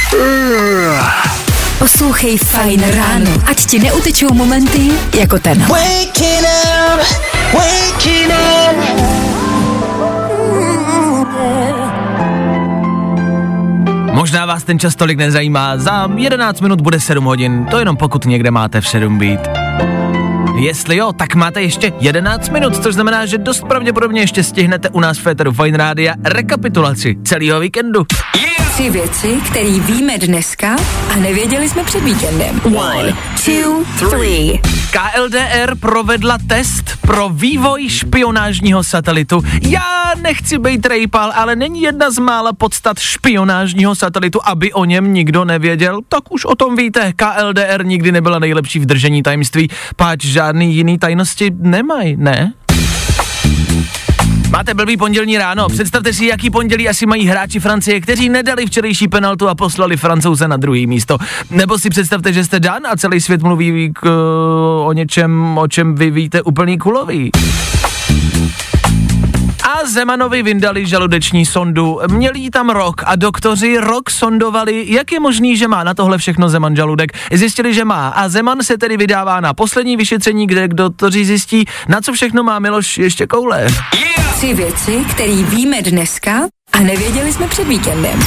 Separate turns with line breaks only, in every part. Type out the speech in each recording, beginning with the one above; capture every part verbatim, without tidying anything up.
Poslouchej Fajn ráno, ať ti neutečou momenty jako ten.
Waking up, waking up.
Možná vás ten čas tolik nezajímá, za jedenáct minut bude sedm hodin, to jenom pokud někde máte v sedm být. Jestli jo, tak máte ještě jedenáct minut, což znamená, že dost pravděpodobně ještě stihnete u nás v Féteru Fajn rádia rekapitulaci celého víkendu.
Tři věci, které víme dneska a nevěděli jsme před víkendem. One, two, three.
K L D R provedla test pro vývoj špionážního satelitu. Já nechci být rejpal, ale není jedna z mála podstat špionážního satelitu, aby o něm nikdo nevěděl. Tak už o tom víte, K L D R nikdy nebyla nejlepší v držení tajemství, páč žádný jiný tajnosti nemají, ne? Máte blbý pondělní ráno, představte si, jaký pondělí asi mají hráči Francie, kteří nedali včerejší penaltu a poslali Francouze na druhý místo. Nebo si představte, že jste Dan a celý svět mluví k, o něčem, o čem vy víte úplný kulový. A Zemanovi vyndali žaludeční sondu. Měli jí tam rok a doktoři rok sondovali, jak je možný, že má na tohle všechno Zeman žaludek. Zjistili, že má a Zeman se tedy vydává na poslední vyšetření, kde doktoři zjistí, na co všechno má Miloš ještě koule.
Yeah! Tři věci, které víme dneska a nevěděli jsme před víkendem.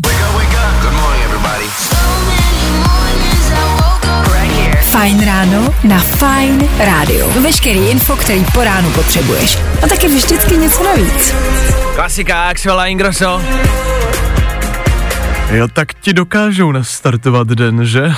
Fajn ráno na Fajn rádiu. Veškerý info, který po ránu potřebuješ. A taky vždycky něco navíc.
Klasika Axela Ingrosso. Jo, tak ti dokážou nastartovat den, že?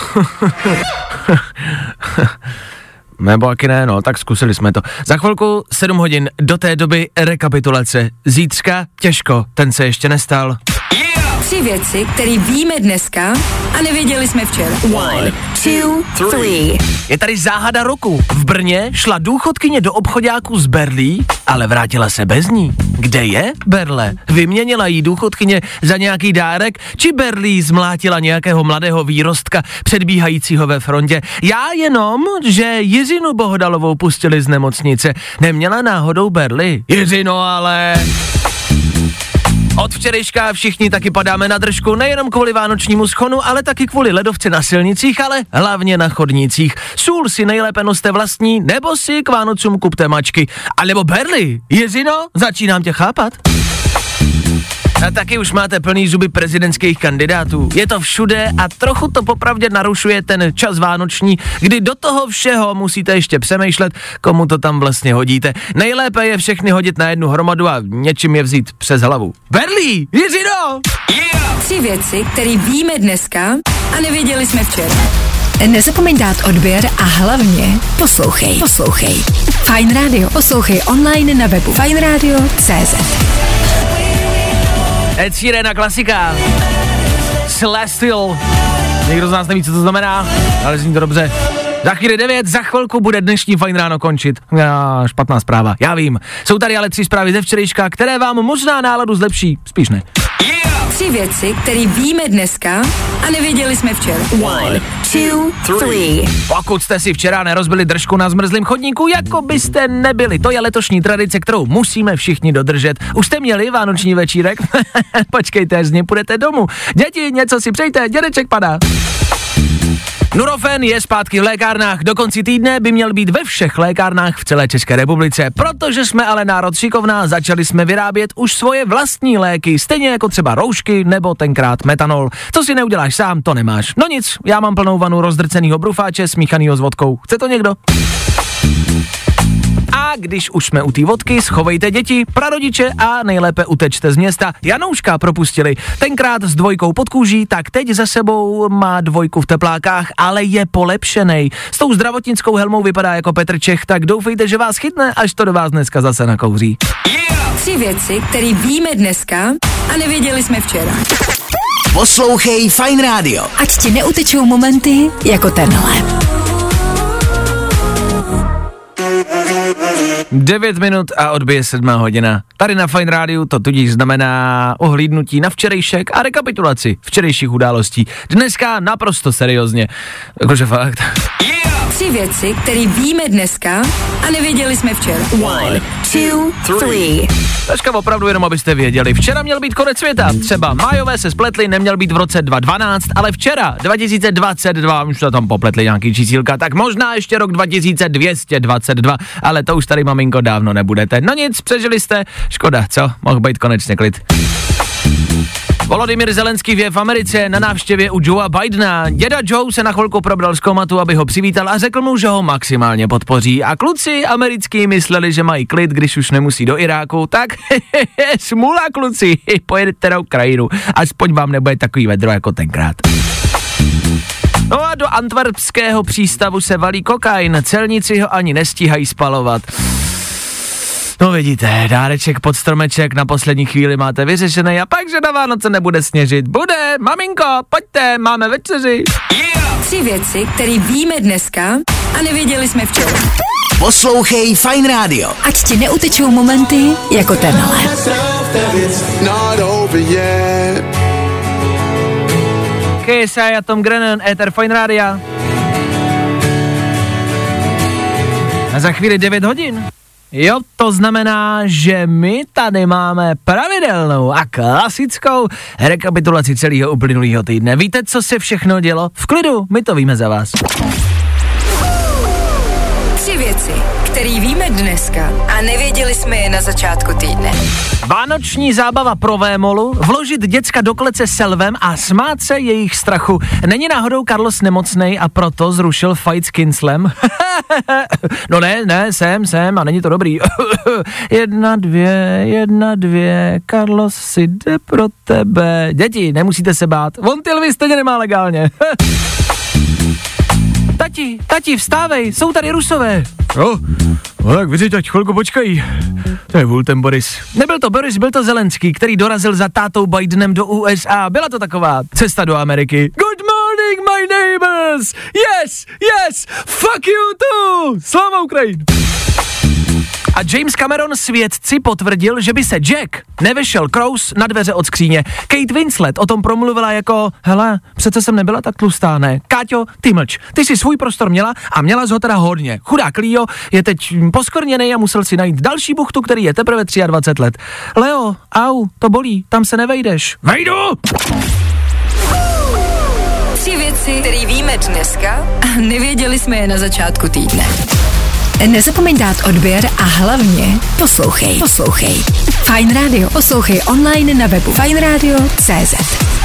Nebo taky ne, no, tak zkusili jsme to. Za chvilku sedm hodin, do té doby rekapitulace. Zítřka těžko, ten se ještě nestal.
Tři věci, které víme dneska a nevěděli jsme včera. One, two, three.
Je tady záhada roku. V Brně šla důchodkyně do obchodáku z berlí, ale vrátila se bez ní. Kde je berle? Vyměnila jí důchodkyně za nějaký dárek, či berlí zmlátila nějakého mladého výrostka předbíhajícího ve frontě? Já jenom, že Jiřinu Bohdalovou pustili z nemocnice. Neměla náhodou berli? Jiřino, ale... Od včerejška všichni taky padáme na držku, nejenom kvůli vánočnímu schonu, ale taky kvůli ledovce na silnicích, ale hlavně na chodnících. Sůl si nejlépe noste vlastní, nebo si k Vánocům kupte mačky. A nebo berli, Jiřino, začínám tě chápat. A taky už máte plný zuby prezidentských kandidátů. Je to všude a trochu to popravdě narušuje ten čas vánoční, kdy do toho všeho musíte ještě přemýšlet, komu to tam vlastně hodíte. Nejlépe je všechny hodit na jednu hromadu a něčím je vzít přes hlavu. Berlí, Jiřino!
Yeah! Tři věci, které víme dneska a nevěděli jsme včera. Nezapomeň dát odběr a hlavně poslouchej. Poslouchej. Fajn rádio. Poslouchej online na webu fajn radio tečka cé zet.
Ed Sheeran, klasika. Celestial. Někdo z nás neví, co to znamená, ale zní to dobře. Za chvíli devět, za chvilku bude dnešní Fajn ráno končit. Já, špatná zpráva, já vím. Jsou tady ale tři zprávy ze včerejška, které vám možná náladu zlepší, spíš ne.
Yeah! Tři věci, které víme dneska a nevěděli jsme včera. One, two, three.
Pokud jste si včera nerozbili držku na zmrzlém chodníku, jako byste nebyli. To je letošní tradice, kterou musíme všichni dodržet. Už jste měli vánoční večírek? Počkejte, až z něj půjdete domů. Děti, něco si přejte, dědeček padá. Nurofen je zpátky v lékárnách, do konci týdne by měl být ve všech lékárnách v celé České republice. Protože jsme ale národ šikovná, začali jsme vyrábět už svoje vlastní léky, stejně jako třeba roušky nebo tenkrát metanol. Co si neuděláš sám, to nemáš. No nic, já mám plnou vanu rozdrcenýho brufáče smíchanýho s vodkou. Chce to někdo? A když už jsme u té vodky, schovejte děti, prarodiče a nejlépe utečte z města. Janouška propustili. Tenkrát s dvojkou pod kůží, tak teď za sebou má dvojku v teplákách, ale je polepšenej. S tou zdravotnickou helmou vypadá jako Petr Čech, tak doufejte, že vás chytne, až to do vás dneska zase nakouří.
Yeah! Tři věci, které víme dneska a nevěděli jsme včera.
Poslouchej Fajn rádio.
Ať ti neutečou momenty jako tenhle.
devět minut a odbije sedmá hodina. Tady na Fajn rádiu to tudíž znamená ohlídnutí na včerejšek a rekapitulaci včerejších událostí. Dneska naprosto seriózně. Jakože fakt. Yeah!
Tři věci, které víme dneska a nevěděli jsme včera. One, two, three.
Dneska opravdu jenom, abyste věděli. Včera měl být konec světa. Třeba májové se spletli, neměl být v roce dva tisíce dvanáct, ale včera, dva tisíce dvacet dva, už se tam popletli nějaký čísílka, tak možná ještě rok dva tisíce dvě stě dvacet dva, ale to už tady, maminko, dávno nebudete. No nic, přežili jste. Škoda, co? Mohl být konečně klid. Volodymyr Zelenský je v Americe na návštěvě u Joea Bidena. Děda Joe se na chvilku probral z komatu, aby ho přivítal a řekl mu, že ho maximálně podpoří. A kluci americký mysleli, že mají klid, když už nemusí do Iráku, tak smůla, kluci, pojedete na Ukrajinu, aspoň vám nebude takový vedro jako tenkrát. No a do antwerpského přístavu se valí kokain, celníci ho ani nestíhají spalovat. No vidíte, dáreček pod stromeček na poslední chvíli máte vyřešený a pak, že na Vánoce nebude sněžit. Bude, maminko, pojďte, máme večeři.
Yeah! Tři věci, které víme dneska a nevěděli jsme včera.
Poslouchej Fajn rádio.
Ať ti neutečou momenty jako tenhle.
K S I a Tom Grennan, éter Fajn rádia. A za chvíli devět hodin. Jo, to znamená, že my tady máme pravidelnou a klasickou rekapitulaci celého uplynulého týdne. Víte, co se všechno dělo? V klidu, my to víme za vás.
Tři věci, které víme dneska a nevěděli jsme je na začátku týdne.
Vánoční zábava pro Vémolu, vložit děcka do klece s lvem a smát se jejich strachu. Není náhodou Carlos nemocnej a proto zrušil fight s Kinslem? No ne, ne, jsem, jsem a není to dobrý. jedna, dvě, jedna, dvě, Carlos si jde pro tebe. Děti, nemusíte se bát, on ty lvy stejně nemá legálně. Tati, tati, vstávej, jsou tady Rusové. Jo, no tak vyřiď, ať chvilku počkají. To je vůl ten Boris. Nebyl to Boris, byl to Zelenský, který dorazil za tátou Bidenem do U S A. Byla to taková cesta do Ameriky. Good morning, my neighbors! Yes, yes, fuck you too! Sláva Ukrajin! A James Cameron svědci potvrdil, že by se Jack nevešel Krous na dveře od skříně. Kate Winslet o tom promluvila jako, hele, přece jsem nebyla tak tlustá, ne? Káťo, ty mlč, ty si svůj prostor měla a měla z ho teda hodně. Chudák Leo je teď poskorněnej a musel si najít další buchtu, který je teprve dvacet tři let. Leo, au, to bolí, tam se nevejdeš. Vejdu!
Tři věci, které víme dneska a nevěděli jsme je na začátku týdne. Nezapomeň dát odběr a hlavně poslouchej. Poslouchej. Fajn rádio. Poslouchej online na webu fajn rádio tečka cé zet.